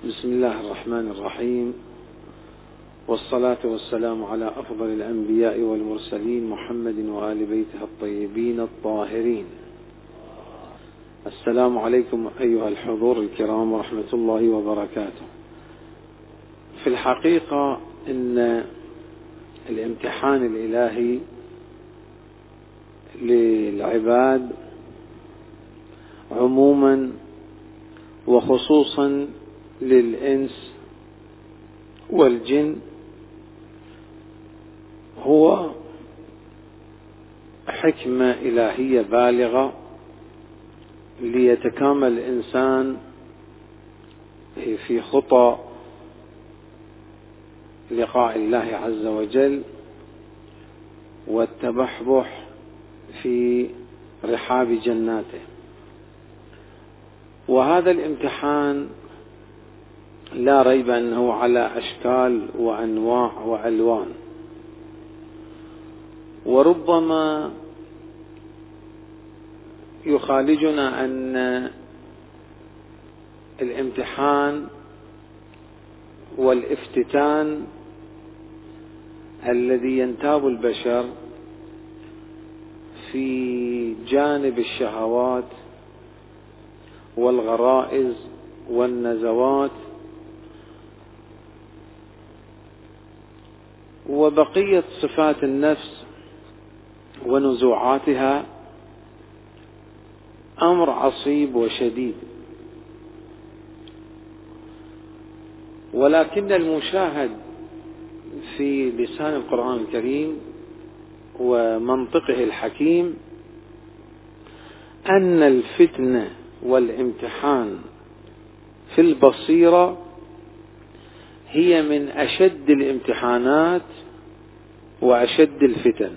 بسم الله الرحمن الرحيم، والصلاة والسلام على أفضل الأنبياء والمرسلين محمد وآل بيته الطيبين الطاهرين. السلام عليكم أيها الحضور الكرام ورحمة الله وبركاته. في الحقيقة إن الامتحان الإلهي للعباد عموما وخصوصا للإنس والجن هو حكمة إلهية بالغة ليتكامل الإنسان في خطى لقاء الله عز وجل والتبحبح في رحاب جناته. وهذا الامتحان لا ريب أنه على أشكال وأنواع وألوان، وربما يخالجنا أن الامتحان والافتتان الذي ينتاب البشر في جانب الشهوات والغرائز والنزوات وبقية صفات النفس ونزوعاتها أمر عصيب وشديد، ولكن المشاهد في لسان القرآن الكريم ومنطقه الحكيم أن الفتنة والامتحان في البصيرة هي من أشد الامتحانات وأشد الفتن.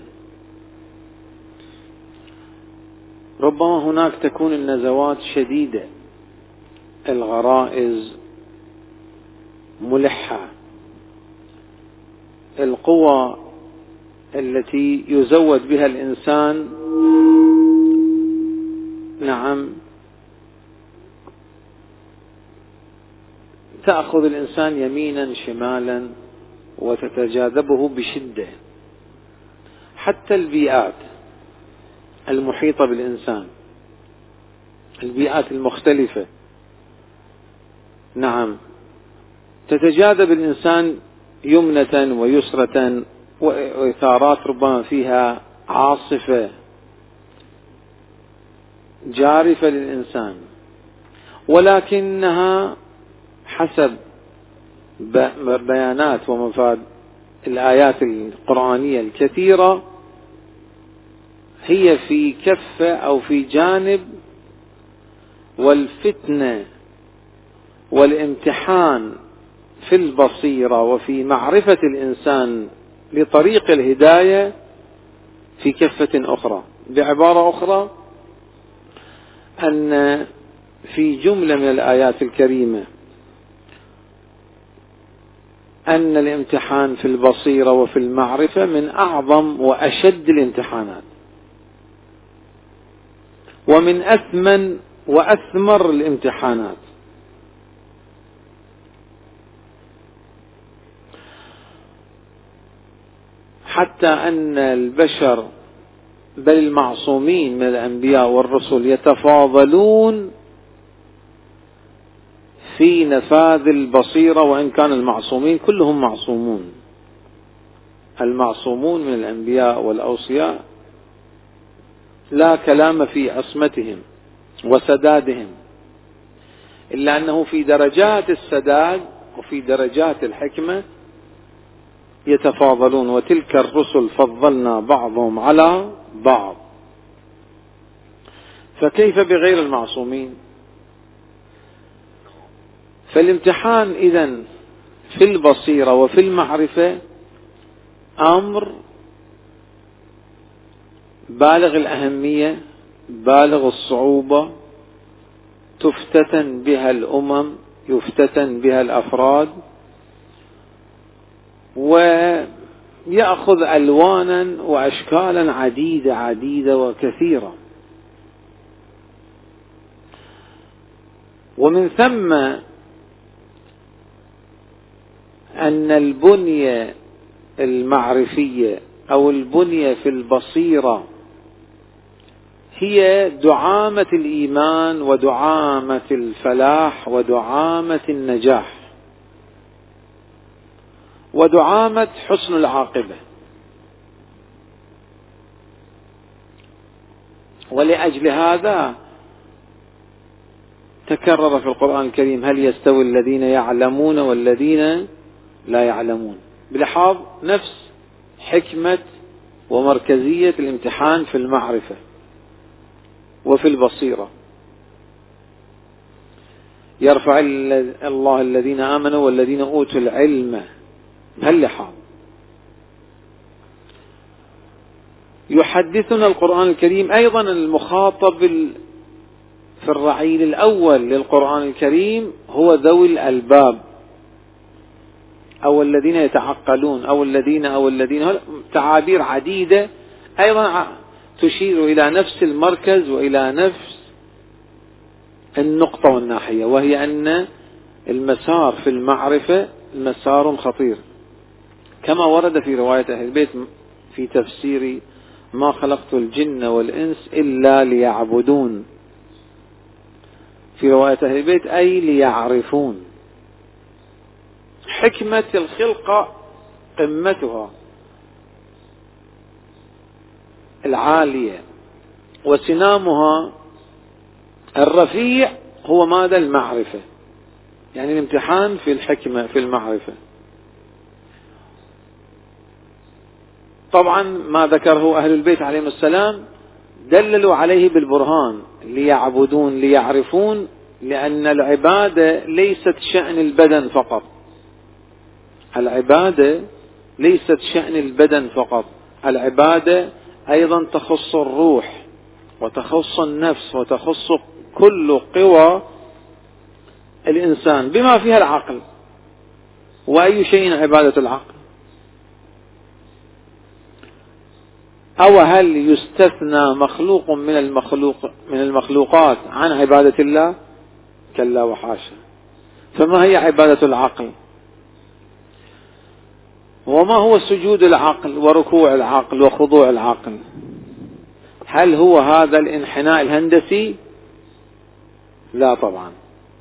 ربما هناك تكون النزوات شديدة، الغرائز ملحة، القوى التي يزود بها الإنسان تأخذ الإنسان يمينا شمالا وتتجاذبه بشدة. حتى البيئات المحيطة بالإنسان، البيئات المختلفة تتجاذب الإنسان يمنة ويسرة، وإثارات ربما فيها عاصفة جارفة للإنسان، ولكنها حسب بيانات ومفاد الآيات القرآنية الكثيرة هي في كفة أو في جانب، والفتنة والامتحان في البصيرة وفي معرفة الإنسان لطريق الهداية في كفة أخرى. بعبارة أخرى، أن في جملة من الآيات الكريمة أن الامتحان في البصيرة وفي المعرفة من أعظم وأشد الامتحانات، ومن أثمن وأثمر الامتحانات. حتى أن البشر بل المعصومين من الأنبياء والرسل يتفاضلون في نفاذ البصيرة، وإن كان المعصومين كلهم معصومون، المعصومون من الأنبياء والأوصياء لا كلام في عصمتهم وسدادهم، إلا أنه في درجات السداد وفي درجات الحكمة يتفاضلون. وتلك الرسل فضلنا بعضهم على بعض، فكيف بغير المعصومين؟ فالامتحان إذن في البصيرة وفي المعرفة أمر بالغ الأهمية بالغ الصعوبة، تفتتن بها الأمم، يفتتن بها الأفراد، ويأخذ ألوانا وأشكالا عديدة وكثيرة. ومن ثم أن البنية المعرفية أو البنية في البصيرة هي دعامة الإيمان ودعامة الفلاح ودعامة النجاح ودعامة حسن العاقبة. ولأجل هذا تكرر في القرآن الكريم: هل يستوي الذين يعلمون والذين لا يعلمون، بلحاظ نفس حكمة ومركزية الامتحان في المعرفة وفي البصيرة. يرفع الله الذين آمنوا والذين أوتوا العلم بهاللحاظ. يحدثنا القرآن الكريم أيضا المخاطب في الرعيل الأول للقرآن الكريم هو ذوي الألباب أو الذين يتعقلون أو الذين تعابير عديدة أيضا تشير إلى نفس المركز وإلى نفس النقطة والناحية، وهي أن المسار في المعرفة مسار خطير، كما ورد في رواية أهل البيت في تفسير ما خلقت الجن والإنس إلا ليعبدون. في رواية أهل البيت أي ليعرفون. حكمة الخلقة قمتها العالية وسنامها الرفيع هو ماذا؟ المعرفة، يعني الامتحان في الحكمة في المعرفة. طبعا ما ذكره أهل البيت عليهم السلام دللوا عليه بالبرهان: ليعبدون ليعرفون، لأن العبادة ليست شأن البدن فقط. العبادة ليست شأن البدن فقط، العبادة أيضا تخص الروح وتخص النفس وتخص كل قوى الإنسان بما فيها العقل. وأي شيء عبادة العقل؟ أو هل يستثنى مخلوق من المخلوقات عن عبادة الله؟ كلا وحاشا. فما هي عبادة العقل؟ وما هو سجود العقل وركوع العقل وخضوع العقل؟ هل هو هذا الانحناء الهندسي؟ لا طبعا،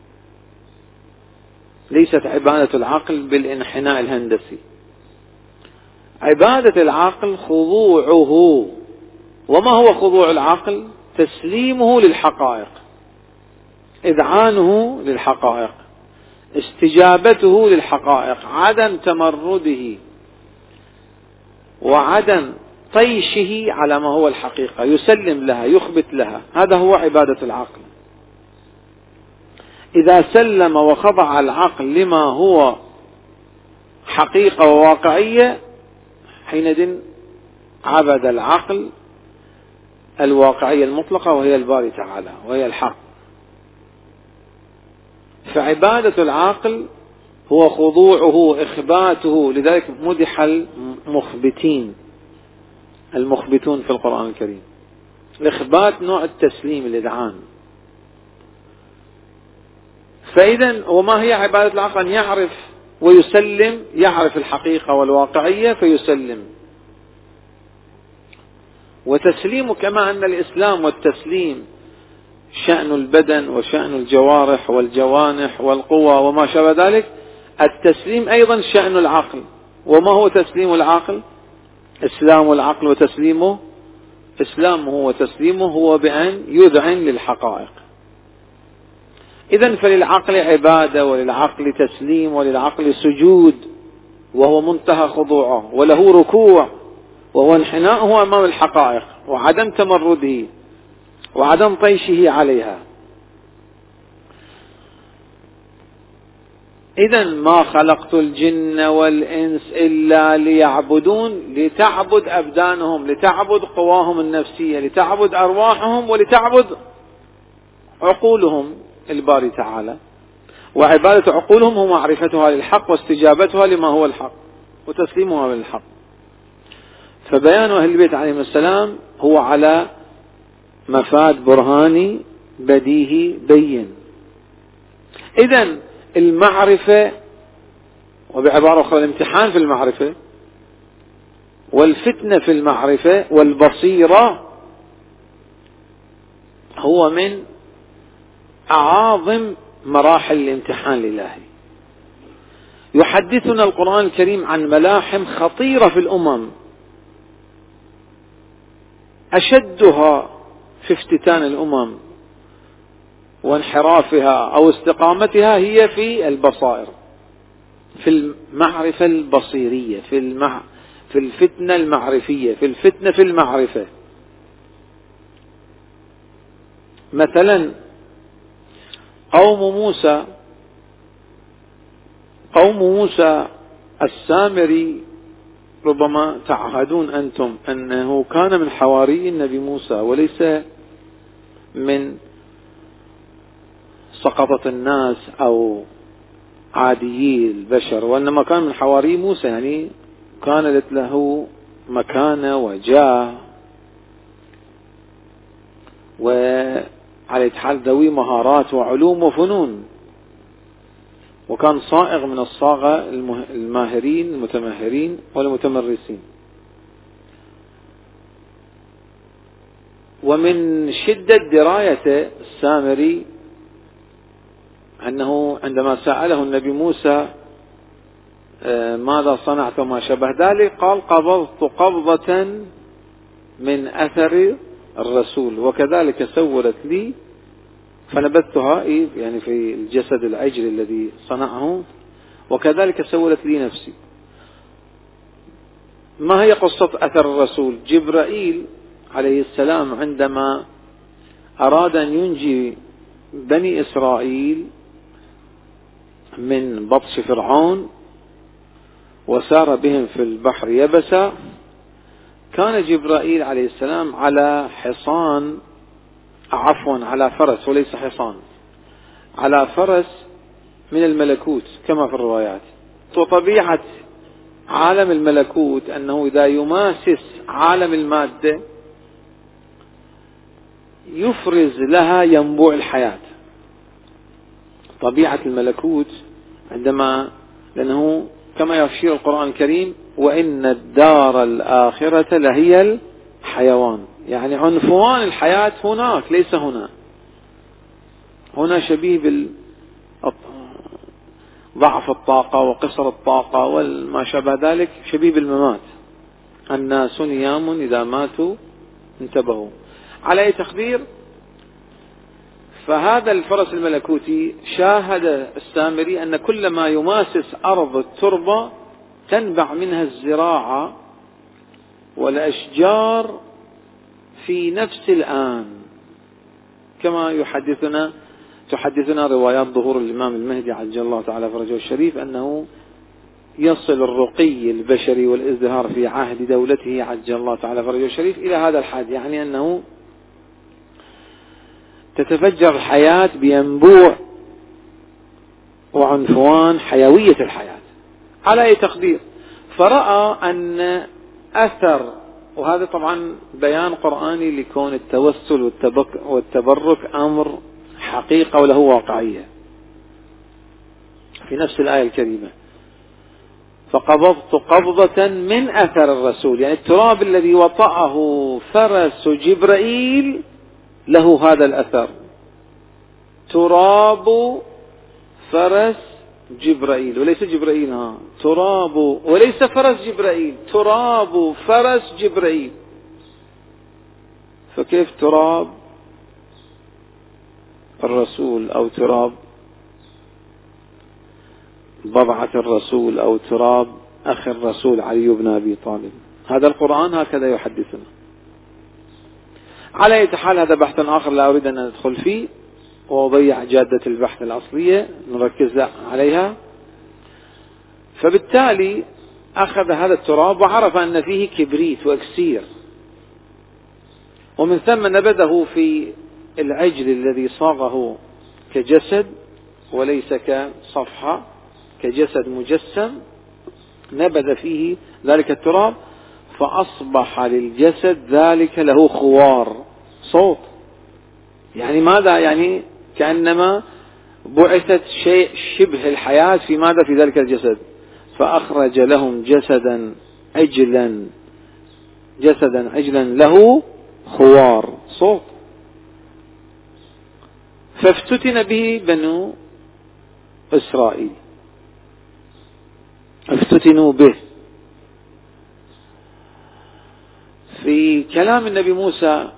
ليست عبادة العقل بالانحناء الهندسي. عبادة العقل خضوعه. وما هو خضوع العقل؟ تسليمه للحقائق، إذعانه للحقائق، استجابته للحقائق، عدم تمرده وعدم طيشه على ما هو الحقيقة، يسلم لها يخبت لها. هذا هو عبادة العقل. إذا سلم وخضع العقل لما هو حقيقة وواقعية حينئذ عبد العقل الواقعية المطلقة وهي الباري تعالى وهي الحق. فعبادة العقل هو خضوعه إخباته. لذلك مدح المخبتون في القرآن الكريم. الإخبات نوع التسليم الإذعان. فإذا وما هي عبادة العقل؟ أن يعرف ويسلم، يعرف الحقيقة والواقعية فيسلم. وتسليم كما أن الإسلام والتسليم شأن البدن وشأن الجوارح والجوانح والقوى وما شابه ذلك، التسليم أيضا شأن العقل. وما هو تسليم العقل؟ إسلام العقل وتسليمه، إسلامه وتسليمه هو بأن يذعن للحقائق. إذن فللعقل عبادة وللعقل تسليم وللعقل سجود، وهو منتهى خضوعه، وله ركوع وهو انحناؤه أمام الحقائق وعدم تمرده وعدم طيشه عليها. إذن ما خلقت الجن والإنس إلا ليعبدون، لتعبد أبدانهم، لتعبد قواهم النفسية، لتعبد أرواحهم، ولتعبد عقولهم الباري تعالى. وعبادة عقولهم هو معرفتها للحق واستجابتها لما هو الحق وتسليمها للحق. فبيان أهل البيت عليهم السلام هو على مفاد برهاني بديهي بين. إذن المعرفة وبعبارة أخرى الامتحان في المعرفة والفتنة في المعرفة والبصيرة هو من أعظم مراحل الامتحان الإلهي. يحدثنا القرآن الكريم عن ملاحم خطيرة في الأمم، أشدها في افتتان الأمم وانحرافها أو استقامتها هي في البصائر، في المعرفة البصيرية، في الفتنة المعرفية، في الفتنة في المعرفة. مثلا قوم موسى السامري، ربما تعهدون أنتم أنه كان من حواري النبي موسى وليس من سقطة الناس أو عاديي البشر، وإنما كان من حواري موسى، يعني كانت له مكانة وجاه، وعلى حال ذوي مهارات وعلوم وفنون، وكان صائغ من الصاغة الماهرين المتمهرين والمتمرسين. ومن شدة دراية السامري أنه عندما سأله النبي موسى ماذا صنعت وما شبه ذلك، قال قبضت قبضة من أثر الرسول وكذلك سولت لي فنبذتها، يعني في الجسد العجل الذي صنعه، وكذلك سولت لي نفسي. ما هي قصة أثر الرسول؟ جبرائيل عليه السلام عندما أراد أن ينجي بني إسرائيل من بطش فرعون وسار بهم في البحر يبسا، كان جبرائيل عليه السلام على حصان، عفوا على فرس وليس حصان، على فرس من الملكوت كما في الروايات. وطبيعة عالم الملكوت أنه إذا يماسس عالم المادة يفرز لها ينبوع الحياة. طبيعة الملكوت عندما، لأنه كما يشير القرآن الكريم وإن الدار الآخرة لهي الحيوان، يعني عنفوان الحياة هناك ليس هنا. هنا شبيه ضعف الطاقة وقصر الطاقة وما شابه ذلك، شبيه بالممات. الناس نيام إذا ماتوا انتبهوا. على أي تقدير، فهذا الفرس الملكوتي شاهد السامري أن كل ما يماسس أرض التربة تنبع منها الزراعة والأشجار في نفس الآن، كما تحدثنا روايات ظهور الإمام المهدي عجل الله تعالى فرجه الشريف أنه يصل الرقي البشري والازدهار في عهد دولته عجل الله تعالى فرجه الشريف إلى هذا الحد، يعني أنه تتفجر الحياة بينبوع وعنفوان حيوية الحياة. على أي تقدير، فرأى أن أثر، وهذا طبعا بيان قرآني لكون التوسل والتبرك أمر حقيقة وله واقعية في نفس الآية الكريمة، فقبضت قبضة من أثر الرسول، يعني التراب الذي وطأه فرس جبرائيل له هذا الأثر، تراب فرس جبرائيل وليس جبرائيل، تراب وليس فرس جبرائيل، تراب فرس جبرائيل. فكيف تراب الرسول أو تراب بضعة الرسول أو تراب أخي الرسول علي بن أبي طالب؟ هذا القرآن هكذا يحدثنا. على أي حال هذا بحث آخر لا أريد أن أدخل فيه وأضيع جادة البحث الأصلية، نركز عليها. فبالتالي أخذ هذا التراب وعرف أن فيه كبريت وأكسير، ومن ثم نبذه في العجل الذي صاغه كجسد وليس كصفحة، كجسد مجسم، نبذ فيه ذلك التراب فأصبح للجسد ذلك له خوار، صوت. يعني ماذا؟ يعني كأنما بعثت شيء شبه الحياة في ماذا؟ في ذلك الجسد. فأخرج لهم جسدا عجلا له خوار، صوت، فافتتن به بنو إسرائيل، افتتنوا به. في كلام النبي موسى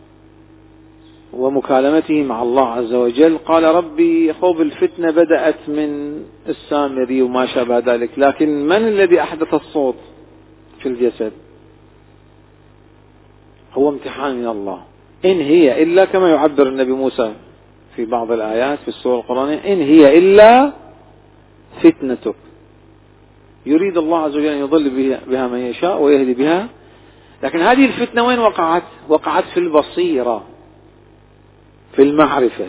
ومكالمته مع الله عز وجل قال ربي خوب الفتنة بدأت من السامري وما شابه ذلك، لكن من الذي أحدث الصوت في الجسد؟ هو امتحان من الله. إن هي إلا كما يعبر النبي موسى في بعض الآيات في السورة القرآنية، إن هي إلا فتنتك، يريد الله عز وجل أن يضل بها من يشاء ويهدي بها. لكن هذه الفتنة وين وقعت؟ وقعت في البصيرة، في المعرفة.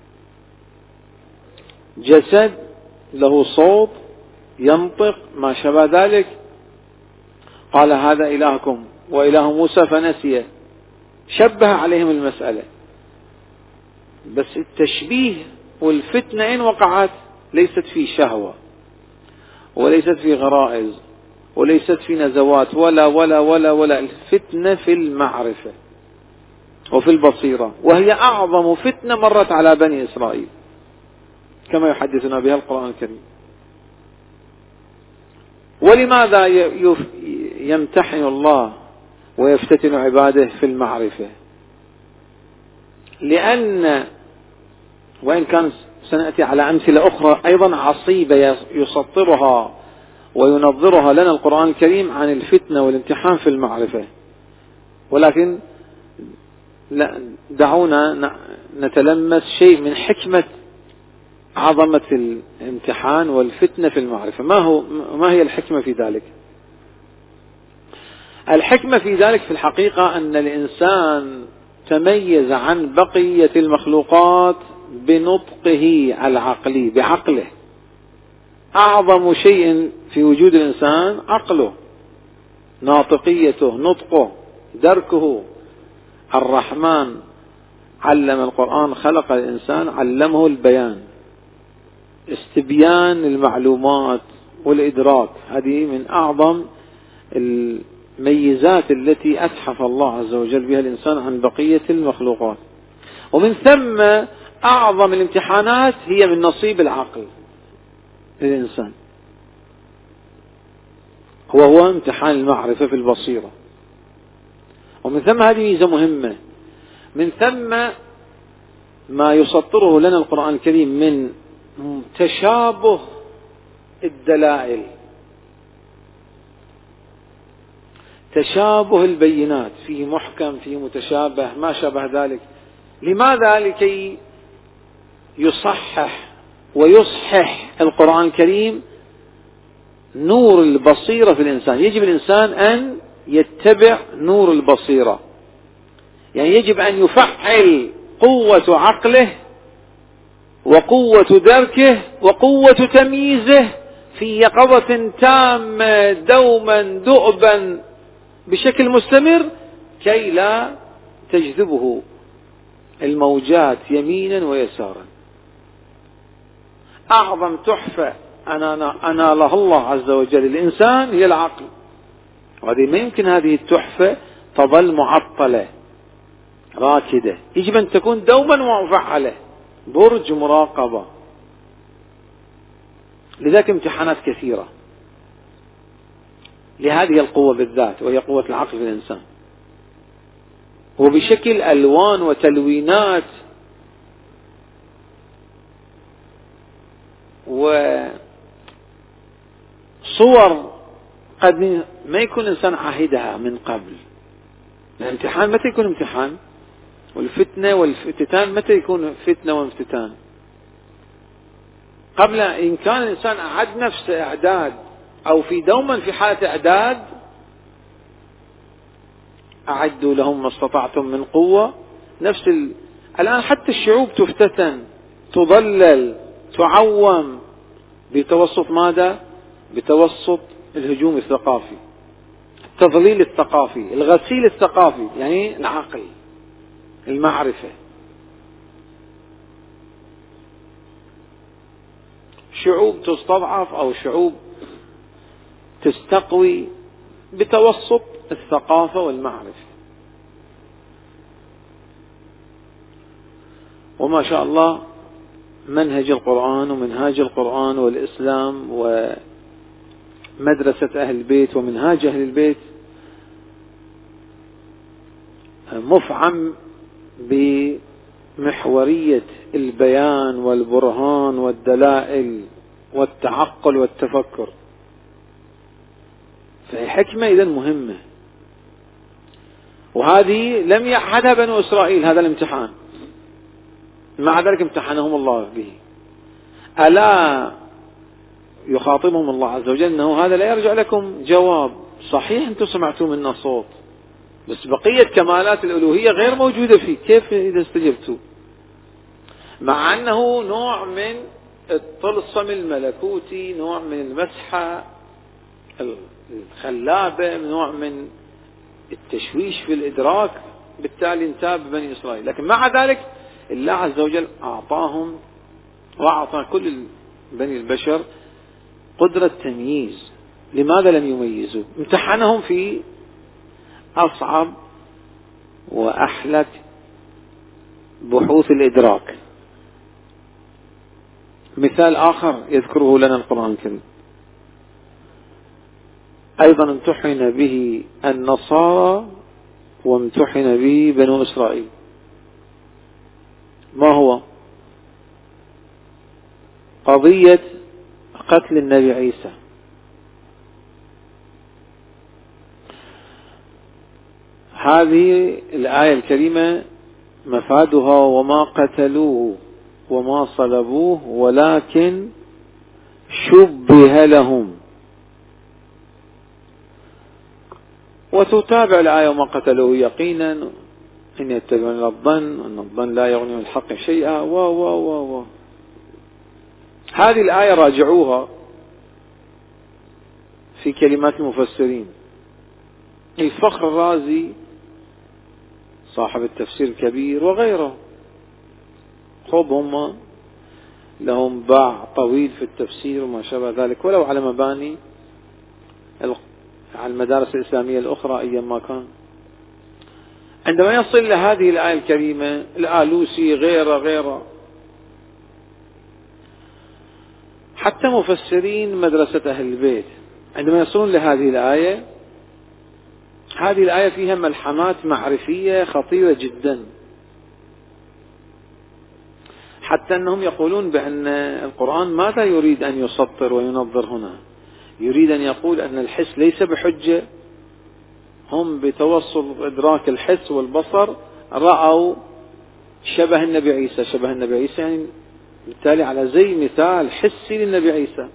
جسد له صوت ينطق ما شابه ذلك، قال هذا إلهكم وإله موسى فنسي، شبه عليهم المسألة. بس التشبيه والفتنة إن وقعت ليست في شهوة، وليست في غرائز، وليست في نزوات، ولا ولا ولا ولا الفتنة في المعرفة وفي البصيرة، وهي أعظم فتنة مرت على بني إسرائيل كما يحدثنا بها القرآن الكريم. ولماذا يمتحن الله ويفتتن عباده في المعرفة؟ لأن وإن كان سنأتي على أمثلة أخرى أيضا عصيبة يسطرها وينظرها لنا القرآن الكريم عن الفتنة والامتحان في المعرفة، ولكن لا، دعونا نتلمس شيء من حكمة عظمة الامتحان والفتنة في المعرفة. ما هي الحكمة في ذلك؟ الحكمة في ذلك في الحقيقة أن الإنسان تميز عن بقية المخلوقات بنطقه العقلي، بعقله. أعظم شيء في وجود الإنسان عقله، ناطقيته، نطقه، دركه. الرحمن علم القرآن، خلق الإنسان علمه البيان، استبيان المعلومات والإدراك. هذه من أعظم الميزات التي أتحف الله عز وجل بها الإنسان عن بقية المخلوقات. ومن ثم أعظم الامتحانات هي من نصيب العقل للإنسان، وهو امتحان المعرفة في البصيرة. ومن ثم هذه ميزة مهمة. من ثم ما يسطره لنا القرآن الكريم من تشابه الدلائل، تشابه البينات، فيه محكم فيه متشابه ما شابه ذلك. لماذا؟ لكي يصحح ويصحح القرآن الكريم نور البصيرة في الإنسان. يجب الإنسان أن يتبع نور البصيرة، يعني يجب أن يفعل قوة عقله وقوة دركه وقوة تمييزه في يقظة تامة دوما دؤبا بشكل مستمر، كي لا تجذبه الموجات يمينا ويسارا. أعظم تحفة أنالها الله عز وجل الإنسان هي العقل، وهذه ما يمكن هذه التحفة تظل معطلة راكدة، يجب أن تكون دوما مفعلة، برج مراقبة. لذلك امتحانات كثيرة لهذه القوة بالذات، وهي قوة العقل في الإنسان، وبشكل ألوان وتلوينات وصور قد ما يكون الإنسان عاهدها من قبل. الامتحان متى يكون امتحان؟ والفتنة والفتتان متى يكون فتنة وافتتان؟ قبل، إن كان الإنسان أعد نفسه إعداد أو في دوما في حالة إعداد، أعدوا لهم ما استطعتم من قوة. الآن حتى الشعوب تفتتن، تضلل، تعوم بتوسط ماذا؟ بتوسط الهجوم الثقافي، التضليل الثقافي، الغسيل الثقافي، يعني العقل، المعرفة. شعوب تستضعف أو شعوب تستقوي بتوسط الثقافة والمعرفة. وما شاء الله منهج القرآن ومنهاج القرآن والإسلام ومدرسة أهل البيت ومنهاج أهل البيت مفعم بمحورية البيان والبرهان والدلائل والتعقل والتفكر، فهي حكمة إذن مهمة، وهذه لم يعهدها بنو إسرائيل هذا الامتحان، مع ذلك امتحنهم الله به. ألا يخاطبهم الله عز وجل أنه هذا لا يرجع لكم جواب، صحيح أنتم سمعتوا منا صوت بس بقية كمالات الألوهية غير موجودة فيه، كيف إذا استجبتوا؟ مع أنه نوع من الطلسم الملكوتي، نوع من المسحة الخلابة، نوع من التشويش في الإدراك، بالتالي انتاب بني إسرائيل. لكن مع ذلك الله عز وجل أعطاهم وأعطى كل بني البشر قدرة تمييز. لماذا لم يميزوا؟ امتحنهم في أصعب وأحلك بحوث الإدراك. مثال آخر يذكره لنا القرآن الكريم أيضا امتحن به النصارى وامتحن به بنو إسرائيل. ما هو؟ قضية قتل النبي عيسى. هذه الآية الكريمة مفادها وما قتلوه وما صلبوه ولكن شبه لهم. وتتابع الآية وما قتلوه يقينا إن يتبعون إلا الظن وأن الظن لا يغني من الحق شيئا و هذه الآية راجعوها في كلمات المفسرين. الفخر الرازي صاحب التفسير الكبير وغيره هم لهم باع طويل في التفسير وما شابه ذلك، ولو على مباني على المدارس الإسلامية الأخرى أيما كان. عندما يصل لهذه الآية الكريمة الآلوسي غيره حتى مفسرين مدرسة أهل البيت عندما يصلون لهذه الآية، هذه الآية فيها ملحمات معرفية خطيرة جدا، حتى أنهم يقولون بأن القرآن ماذا يريد أن يسطر وينظر هنا؟ يريد أن يقول أن الحس ليس بحجة. هم بتوصل إدراك الحس والبصر رأوا شبه النبي عيسى. شبه النبي عيسى يعني بالتالي على زي مثال حسي للنبي عيسى،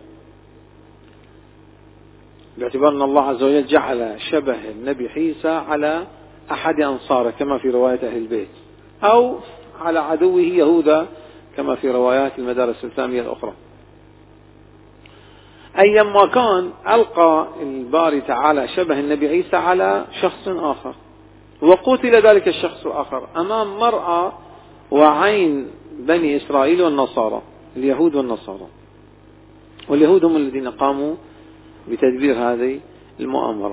باعتبار أن الله عز وجل جعل شبه النبي عيسى على أحد أنصاره كما في رواية أهل البيت، أو على عدوه يهوذا كما في روايات المدارس الإسلامية الأخرى. أيما كان ألقى الباري تعالى شبه النبي عيسى على شخص آخر، وقتل ذلك الشخص الآخر أمام مرأى وعين بني إسرائيل والنصارى، اليهود والنصارى. واليهود هم الذين قاموا بتدبير هذه المؤامرة.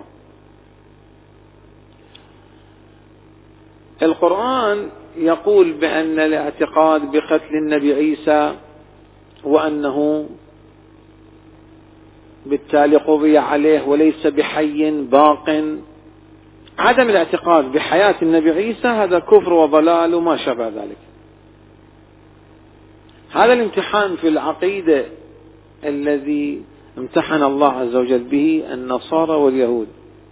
القرآن يقول بأن الاعتقاد بقتل النبي عيسى وأنه بالتالي قضي عليه وليس بحي باق، عدم الاعتقاد بحياة النبي عيسى هذا كفر وضلال وما شابه ذلك. هذا الامتحان في العقيدة الذي امتحن الله عز وجل به النصارى واليهود،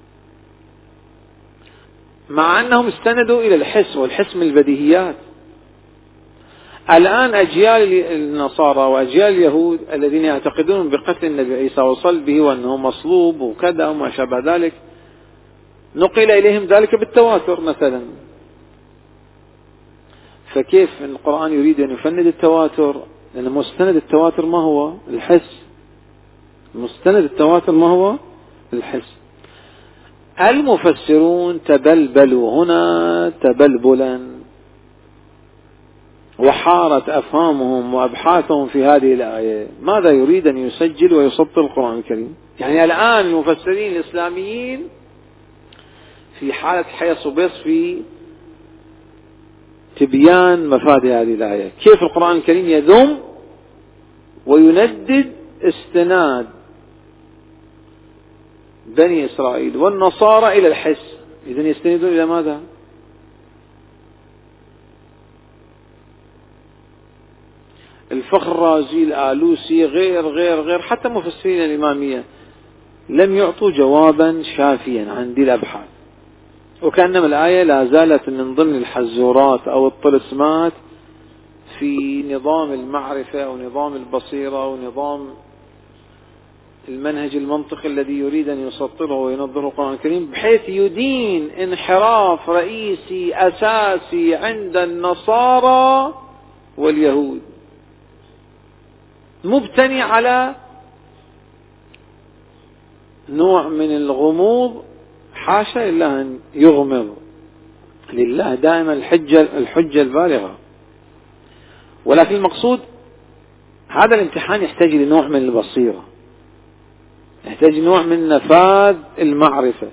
مع أنهم استندوا إلى الحس، والحس من البديهيات. الآن أجيال النصارى وأجيال اليهود الذين يعتقدون بقتل النبي عيسى وصلبه وأنه مصلوب وكذا وما شابه ذلك، نقل إليهم ذلك بالتواتر مثلا. فكيف القرآن يريد أن يفند التواتر؟ لأن مستند التواتر ما هو؟ الحس. مستند التواتر ما هو؟ الحس. المفسرون تبلبلوا هنا تبلبلا، وحارت أفهامهم وأبحاثهم في هذه الآية، ماذا يريد أن يسجل ويسطر القرآن الكريم؟ يعني الآن المفسرين الإسلاميين في حالة حيص وبيص في تبيان مفاد هذه الآية، كيف القرآن الكريم يذم ويندد استناد بني إسرائيل والنصارى إلى الحس. إذن يستندون إلى ماذا؟ الفخر الرازي، الآلوسي، غير حتى مفسرين الإمامية لم يعطوا جوابا شافيا عن دي الأبحاث، وكأنما الآية لا زالت من ضمن الحزورات أو الطلسمات في نظام المعرفة أو نظام البصيرة أو نظام المنهج المنطقي الذي يريد أن يسطره وينظره القرآن الكريم، بحيث يدين انحراف رئيسي أساسي عند النصارى واليهود، مبتني على نوع من الغموض، حاشا لله أن يغمض، لله دائما الحجة البالغة. ولكن المقصود هذا الامتحان يحتاج لنوع من البصيرة، يحتاج نوع من نفاذ المعرفة.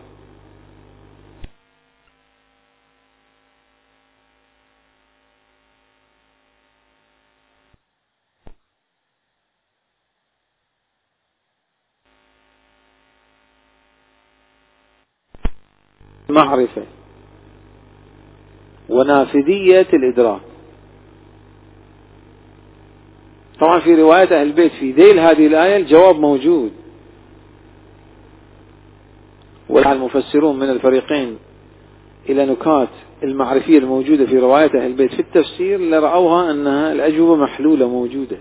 معرفة ونافذية الإدراك. طبعا في رواية أهل البيت في ذيل هذه الآية الجواب موجود، والمفسرون من الفريقين إلى نكات المعرفية الموجودة في رواية أهل البيت في التفسير لرأوها أنها الأجوبة محلولة موجودة.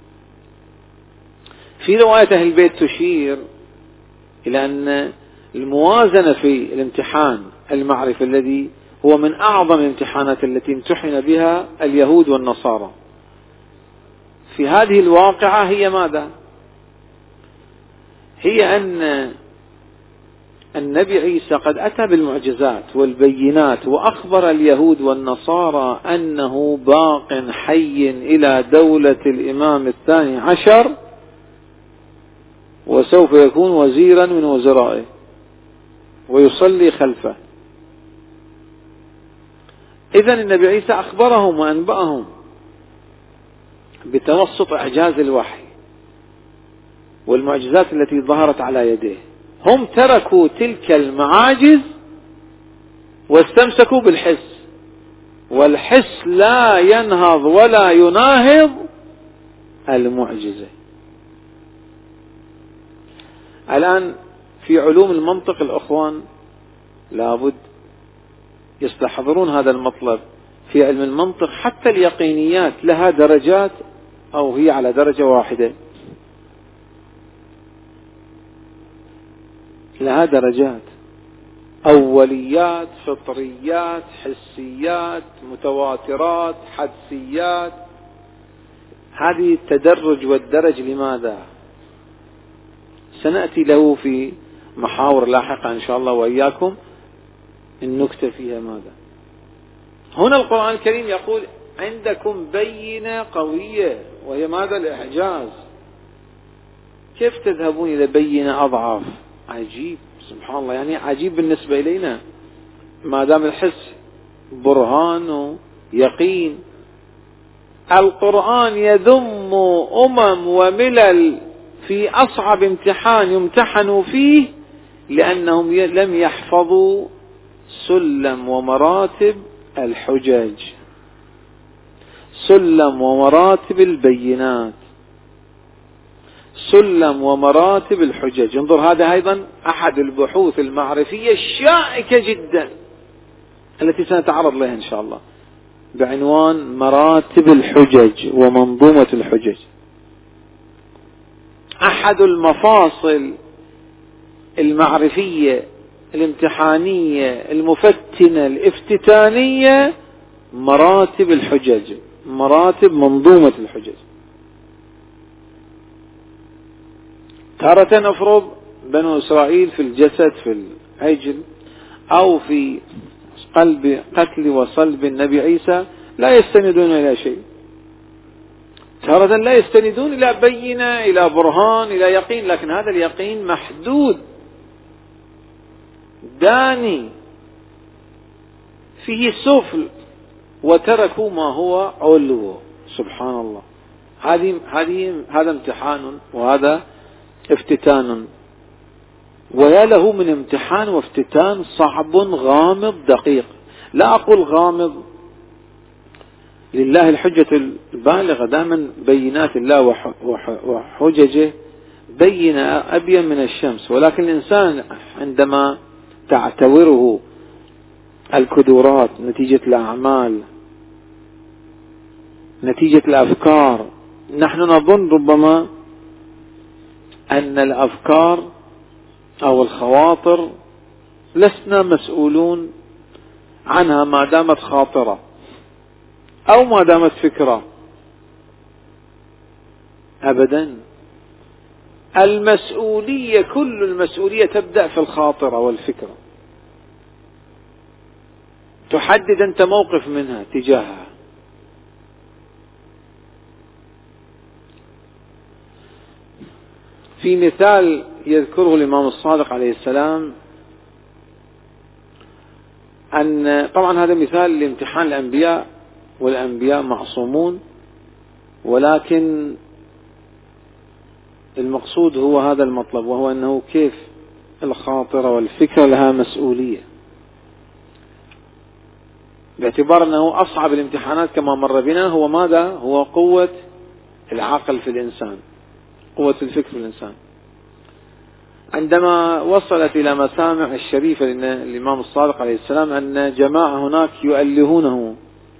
في رواية أهل البيت تشير إلى أن الموازنة في الامتحان المعرفة الذي هو من أعظم الامتحانات التي امتحن بها اليهود والنصارى في هذه الواقعة هي ماذا؟ هي أن النبي عيسى قد أتى بالمعجزات والبينات وأخبر اليهود والنصارى أنه باق حي إلى دولة الإمام الثاني عشر وسوف يكون وزيرا من وزرائه ويصلي خلفه. إذن النبي عيسى أخبرهم وأنبأهم بتوسط إعجاز الوحي والمعجزات التي ظهرت على يديه. هم تركوا تلك المعاجز واستمسكوا بالحس، والحس لا ينهض ولا يناهض المعجزة. الآن في علوم المنطق الأخوان لابد يستحضرون هذا المطلب. في علم المنطق حتى اليقينيات لها درجات أو هي على درجة واحدة، لها درجات: أوليات، فطريات، حسيات، متواترات، حدسيات. هذه التدرج والدرج لماذا؟ سنأتي له في محاور لاحقة إن شاء الله وإياكم النكتة فيها ماذا. هنا القرآن الكريم يقول عندكم بينة قوية وهي ماذا؟ الإعجاز. كيف تذهبون إلى بينة أضعف؟ عجيب، سبحان الله، يعني عجيب بالنسبة إلينا ما دام الحس برهان ويقين. القرآن يذم وملل في أصعب امتحان يمتحنوا فيه لأنهم لم يحفظوا سلم ومراتب الحجج، سلم ومراتب البينات، سلم ومراتب الحجج. انظر، هذا أيضا أحد البحوث المعرفية الشائكة جدا التي سنتعرض لها إن شاء الله بعنوان مراتب الحجج ومنظومة الحجج. أحد المفاصل المعرفية الامتحانية المفتنة الافتتانية مراتب الحجج، مراتب منظومة الحجج. تارة أفرض بنو إسرائيل في الجسد في العجل أو في قلب قتل وصلب النبي عيسى لا يستندون إلى شيء، تارة لا يستندون إلى بينة، إلى برهان، إلى يقين، لكن هذا اليقين محدود داني فيه سفل، وتركوا ما هو علو. سبحان الله. هذا امتحان وهذا افتتان، ويا له من امتحان وافتتان صعب غامض دقيق. لا أقول غامض، لله الحجة البالغة، دائما بينات الله وحججه بين أبين من الشمس، ولكن الإنسان عندما تعتوره الكدورات نتيجة الأعمال، نتيجة الأفكار، نحن نظن ربما أن الأفكار أو الخواطر لسنا مسؤولون عنها ما دامت خاطرة أو ما دامت فكرة. أبدا، المسؤولية، كل المسؤولية تبدأ في الخاطرة والفكرة، تحدد أنت موقف منها تجاهها. في مثال يذكره الإمام الصادق عليه السلام، أن طبعا هذا مثال لامتحان الأنبياء، والأنبياء معصومون، ولكن المقصود هو هذا المطلب، وهو أنه كيف الخاطرة والفكرة لها مسؤولية، باعتبار أنه أصعب الامتحانات كما مر بنا هو ماذا؟ هو قوة العقل في الإنسان، قوة الفكر في الإنسان. عندما وصلت إلى مسامع الشريفة للإمام الصادق عليه السلام أن جماعة هناك يؤلهونه،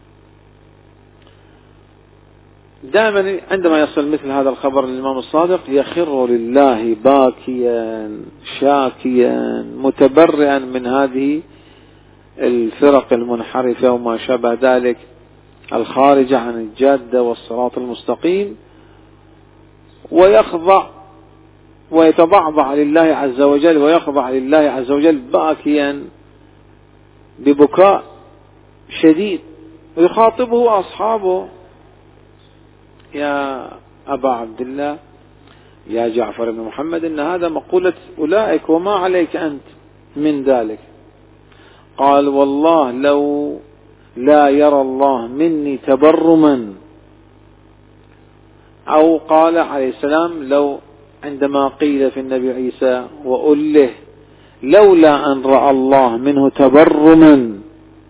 دائما عندما يصل مثل هذا الخبر للإمام الصادق يخر لله باكيا شاكيا متبرئا من هذه الفرق المنحرفة وما شابه ذلك الخارجة عن الجادة والصراط المستقيم، ويخضع ويتضعضع لله عز وجل ويخضع لله عز وجل باكيا ببكاء شديد، ويخاطبه أصحابه: يا أبا عبد الله، يا جعفر بن محمد، إن هذا مقولة أولئك وما عليك أنت من ذلك. قال: والله لو لا يرى الله مني تبرما، أو قال عليه السلام لو عندما قيل في النبي عيسى وأله لولا أن رأى الله منه تبرما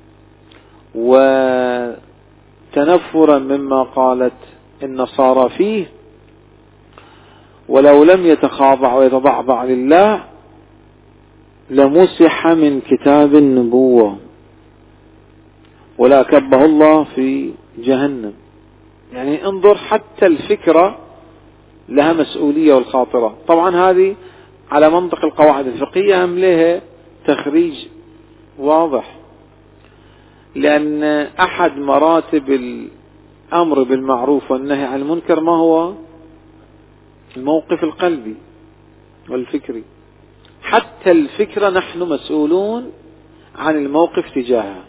وتنفرا مما قالت النصارى فيه، ولو لم يتخاضع ويتضعضع لله لمسح من كتاب النبوة ولا كبه الله في جهنم. يعني انظر، حتى الفكرة لها مسؤولية والخاطرة. طبعا هذه على منطق القواعد الفقهية هم لها تخريج واضح، لأن أحد مراتب الأمر بالمعروف والنهي عن المنكر ما هو؟ الموقف القلبي والفكري. حتى الفكرة نحن مسؤولون عن الموقف تجاهها.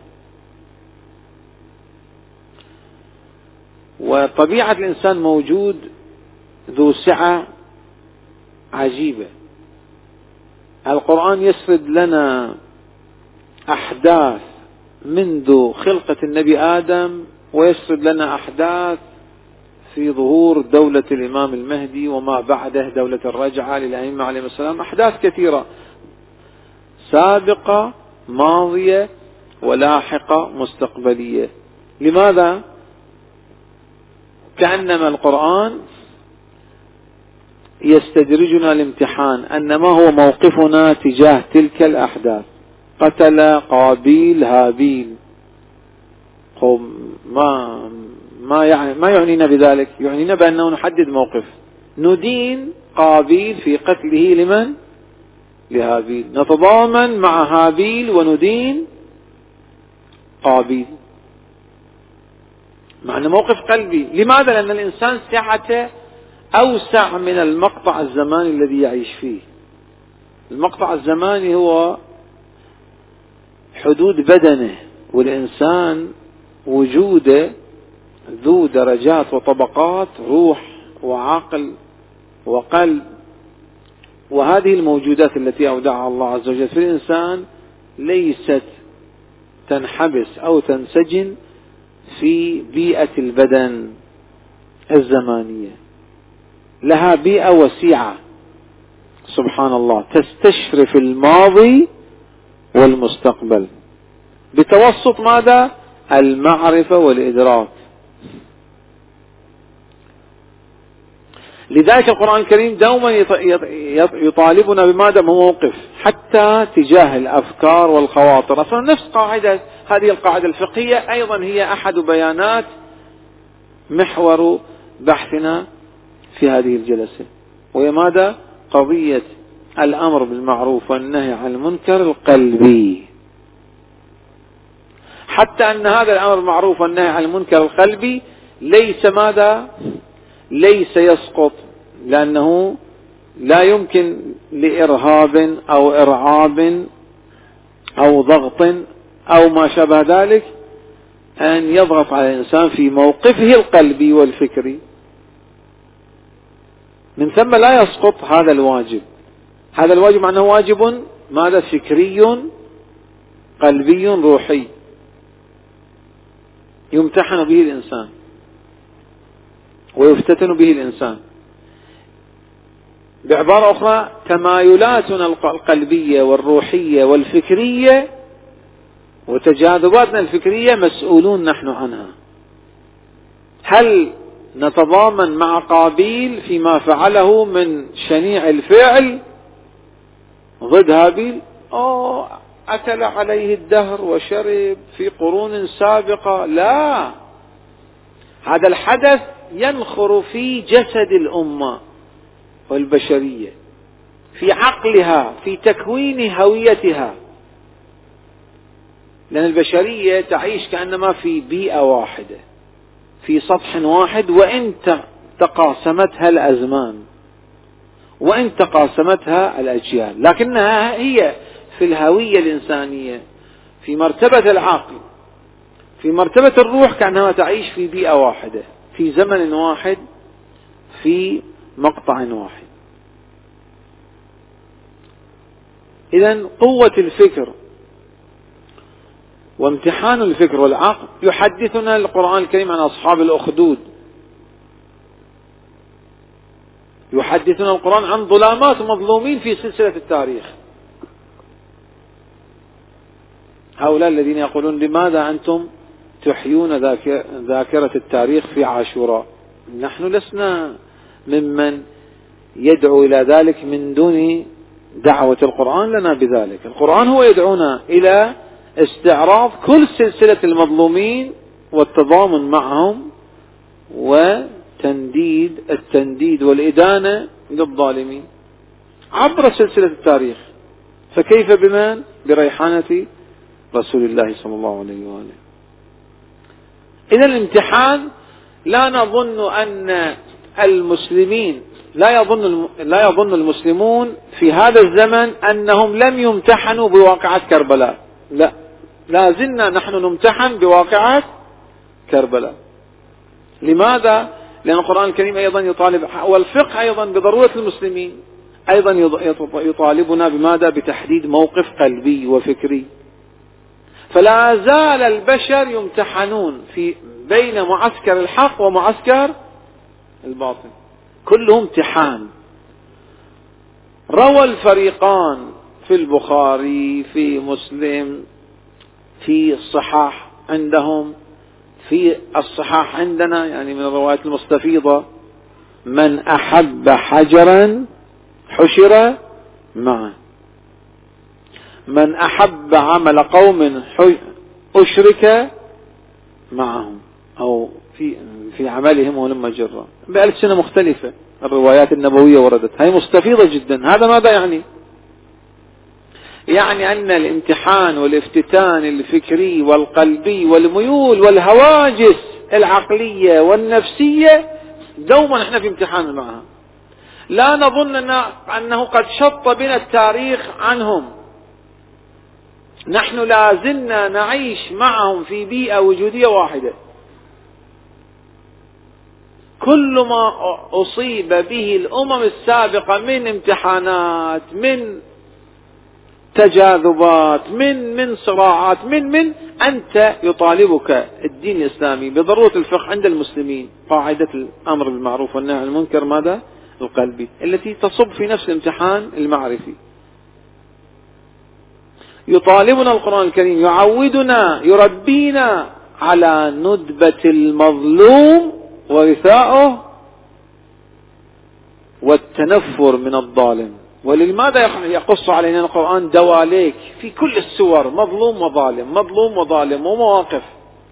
وطبيعة الإنسان موجود ذو سعة عجيبة. القرآن يسرد لنا أحداث منذ خلقة النبي آدم، ويسرد لنا أحداث في ظهور دولة الإمام المهدي وما بعده دولة الرجعة للأئمة عليهم السلام، أحداث كثيرة سابقة ماضية ولاحقة مستقبلية. لماذا؟ كأنما القرآن يستدرجنا الامتحان أن ما هو موقفنا تجاه تلك الأحداث. قتل قابيل هابيل، ما يعنينا بذلك؟ يعنينا بأنه نحدد موقف، ندين قابيل في قتله لمن؟ لهابيل، نتضامن مع هابيل وندين قابيل، معنى موقف قلبي. لماذا؟ لأن الإنسان سعته أوسع من المقطع الزماني الذي يعيش فيه. المقطع الزماني هو حدود بدنه، والإنسان وجوده ذو درجات وطبقات، روح وعقل وقلب. وهذه الموجودات التي أودعها الله عز وجل في الإنسان ليست تنحبس أو تنسجن في بيئة البدن الزمانية، لها بيئة وسيعة سبحان الله تستشرف الماضي والمستقبل بتوسط ماذا؟ المعرفة والإدراك. لذلك القرآن الكريم دوما يطالبنا بماذا؟ موقف حتى تجاه الأفكار والخواطر. أصلا نفس قاعدة هذه القاعدة الفقهية أيضا هي أحد بيانات محور بحثنا في هذه الجلسة، وهي ماذا؟ قضية الأمر بالمعروف والنهي عن المنكر القلبي. حتى أن هذا الأمر بالمعروف والنهي عن المنكر القلبي ليس ماذا؟ ليس يسقط، لأنه لا يمكن لإرهاب أو إرعاب أو ضغط أو ما شابه ذلك أن يضغط على الإنسان في موقفه القلبي والفكري. من ثم لا يسقط هذا الواجب. هذا الواجب معناه واجب ماذا؟ فكري قلبي روحي يمتحن به الإنسان ويفتتن به الإنسان. بعبارة أخرى تمايلاتنا القلبية والروحية والفكرية وتجاذباتنا الفكرية مسؤولون نحن عنها. هل نتضامن مع قابيل فيما فعله من شنيع الفعل ضد هابيل؟ أكل عليه الدهر وشرب في قرون سابقة. لا، هذا الحدث ينخر في جسد الأمة والبشرية، في عقلها، في تكوين هويتها، لأن البشرية تعيش كأنما في بيئة واحدة، في سطح واحد، وإن تقاسمتها الأزمان وإن تقاسمتها الأجيال، لكنها هي في الهوية الإنسانية، في مرتبة العقل، في مرتبة الروح، كأنها تعيش في بيئة واحدة، في زمن واحد، في مقطع واحد. إذن قوة الفكر وامتحان الفكر والعقل يحدثنا القرآن الكريم عن أصحاب الأخدود، يحدثنا القرآن عن ظلامات مظلومين في سلسلة التاريخ. هؤلاء الذين يقولون لماذا أنتم تحيون ذاكرة التاريخ في عاشوراء؟ نحن لسنا ممن يدعو إلى ذلك من دون دعوة القرآن لنا بذلك. القرآن هو يدعونا إلى استعراض كل سلسلة المظلومين والتضامن معهم التنديد والإدانة للظالمين عبر سلسلة التاريخ. فكيف بمن؟ بريحانة رسول الله صلى الله عليه وآله. إذا الامتحان لا نظن أن المسلمين لا يظن المسلمون في هذا الزمن أنهم لم يمتحنوا بواقعة كربلاء. لا، لا زلنا نحن نمتحن بواقعة كربلاء. لماذا؟ لأن القرآن الكريم أيضا يطالب، والفقه أيضا بضرورة المسلمين أيضا يطالبنا بماذا؟ بتحديد موقف قلبي وفكري. فلا زال البشر يمتحنون بين معسكر الحق ومعسكر الباطل، كلهم امتحان. روى الفريقان في البخاري، في مسلم، في الصحاح عندهم، في الصحاح عندنا، يعني من الروايات المستفيضة: من أحب حجرا حشر معه، من أحب عمل قوم أشرك معهم، أو في عملهم ولما جرى. بألسنة مختلفة الروايات النبوية وردت، هي مستفيضة جدا. هذا ماذا يعني؟ يعني أن الامتحان والافتتان الفكري والقلبي والميول والهواجس العقلية والنفسية دوما احنا في امتحان معها. لا نظن أنه قد شط بنا التاريخ عنهم، نحن لازلنا نعيش معهم في بيئة وجودية واحدة. كل ما أصيب به الأمم السابقة من امتحانات، من تجاذبات، من صراعات، من أنت يطالبك الدين الإسلامي بضرورة الفقه عند المسلمين. قاعدة الأمر بالمعروف والنهي عن المنكر ماذا؟ القلبي، التي تصب في نفس الامتحان المعرفي. يطالبنا القرآن الكريم، يعودنا، يربينا على ندبة المظلوم ورثاؤه والتنفر من الظالم. ولماذا يقص علينا القرآن دواليك في كل السور، مظلوم وظالم، مظلوم وظالم ومواقف؟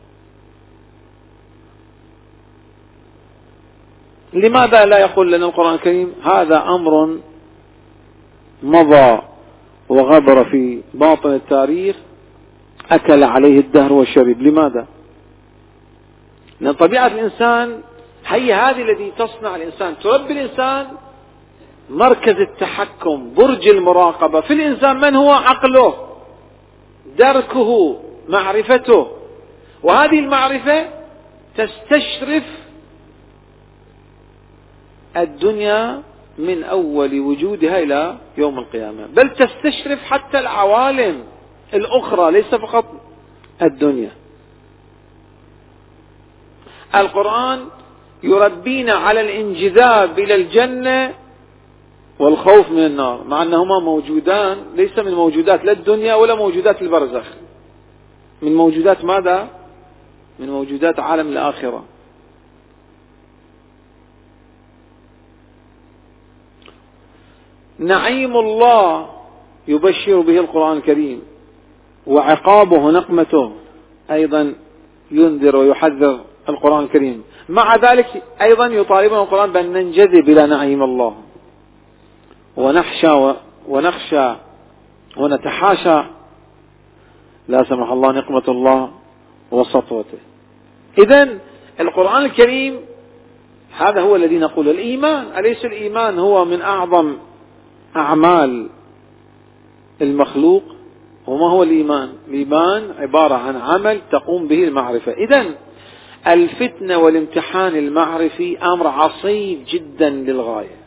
لماذا لا يقول لنا القرآن الكريم هذا أمر مضى وغبر في باطن التاريخ أكل عليه الدهر والشرب؟ لماذا؟ لأن طبيعة الإنسان هي هذه التي تصنع الإنسان، تربي الإنسان. مركز التحكم، برج المراقبة في الإنسان من هو؟ عقله، دركه، معرفته. وهذه المعرفة تستشرف الدنيا من أول وجودها إلى يوم القيامة، بل تستشرف حتى العوالم الأخرى، ليس فقط الدنيا. القرآن يربينا على الانجذاب إلى الجنة والخوف من النار، مع أنهما موجودان، ليس من موجودات لا الدنيا ولا موجودات البرزخ، من موجودات ماذا؟ من موجودات عالم الآخرة. نعيم الله يبشر به القرآن الكريم، وعقابه نقمته أيضا ينذر ويحذر القرآن الكريم. مع ذلك أيضا يطالبنا القرآن بأن ننجذب إلى نعيم الله، ونخشى ونتحاشى لا سمح الله نقمة الله وسطوته. إذن القرآن الكريم هذا هو الذي نقول الإيمان. أليس الإيمان هو من أعظم أعمال المخلوق؟ وما هو الإيمان؟ الإيمان عبارة عن عمل تقوم به المعرفة. إذن الفتنة والامتحان المعرفي أمر عصيب جدا للغاية،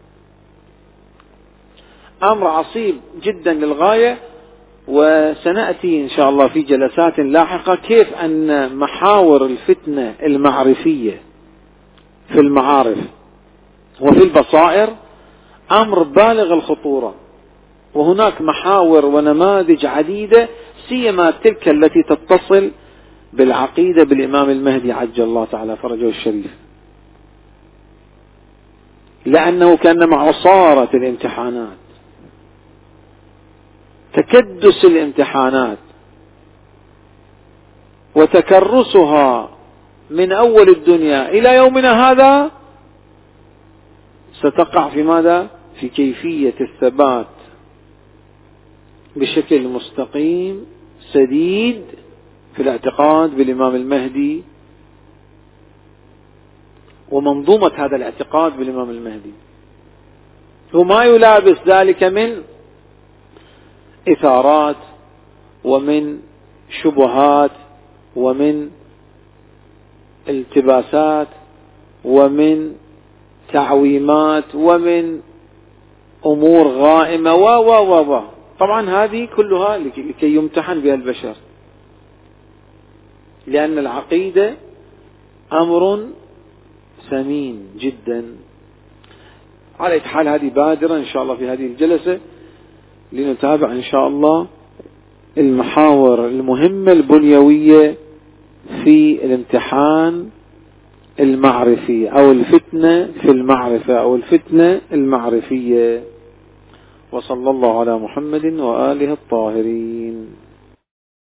أمر عصيب جدا للغاية. وسنأتي إن شاء الله في جلسات لاحقة كيف أن محاور الفتنة المعرفية في المعارف وفي البصائر أمر بالغ الخطورة، وهناك محاور ونماذج عديدة، سيما تلك التي تتصل بالعقيدة بالإمام المهدي عجل الله تعالى فرجه الشريف، لأنه كان مع عصارة الامتحانات، تكدس الامتحانات وتكرسها من أول الدنيا إلى يومنا هذا، ستقع في ماذا؟ في كيفية الثبات بشكل مستقيم سديد في الاعتقاد بالإمام المهدي ومنظومة هذا الاعتقاد بالإمام المهدي، وما يلابس ذلك من إثارات ومن شبهات ومن التباسات ومن تعويمات ومن أمور غائمة و طبعا هذه كلها لكي يمتحن بها البشر، لأن العقيدة أمر ثمين جدا. على أي حال هذه بادرة إن شاء الله في هذه الجلسة لنتابع إن شاء الله المحاور المهمة البنيوية في الامتحان المعرفي أو الفتنة في المعرفة أو الفتنة المعرفية. وصلى الله على محمد وآله الطاهرين.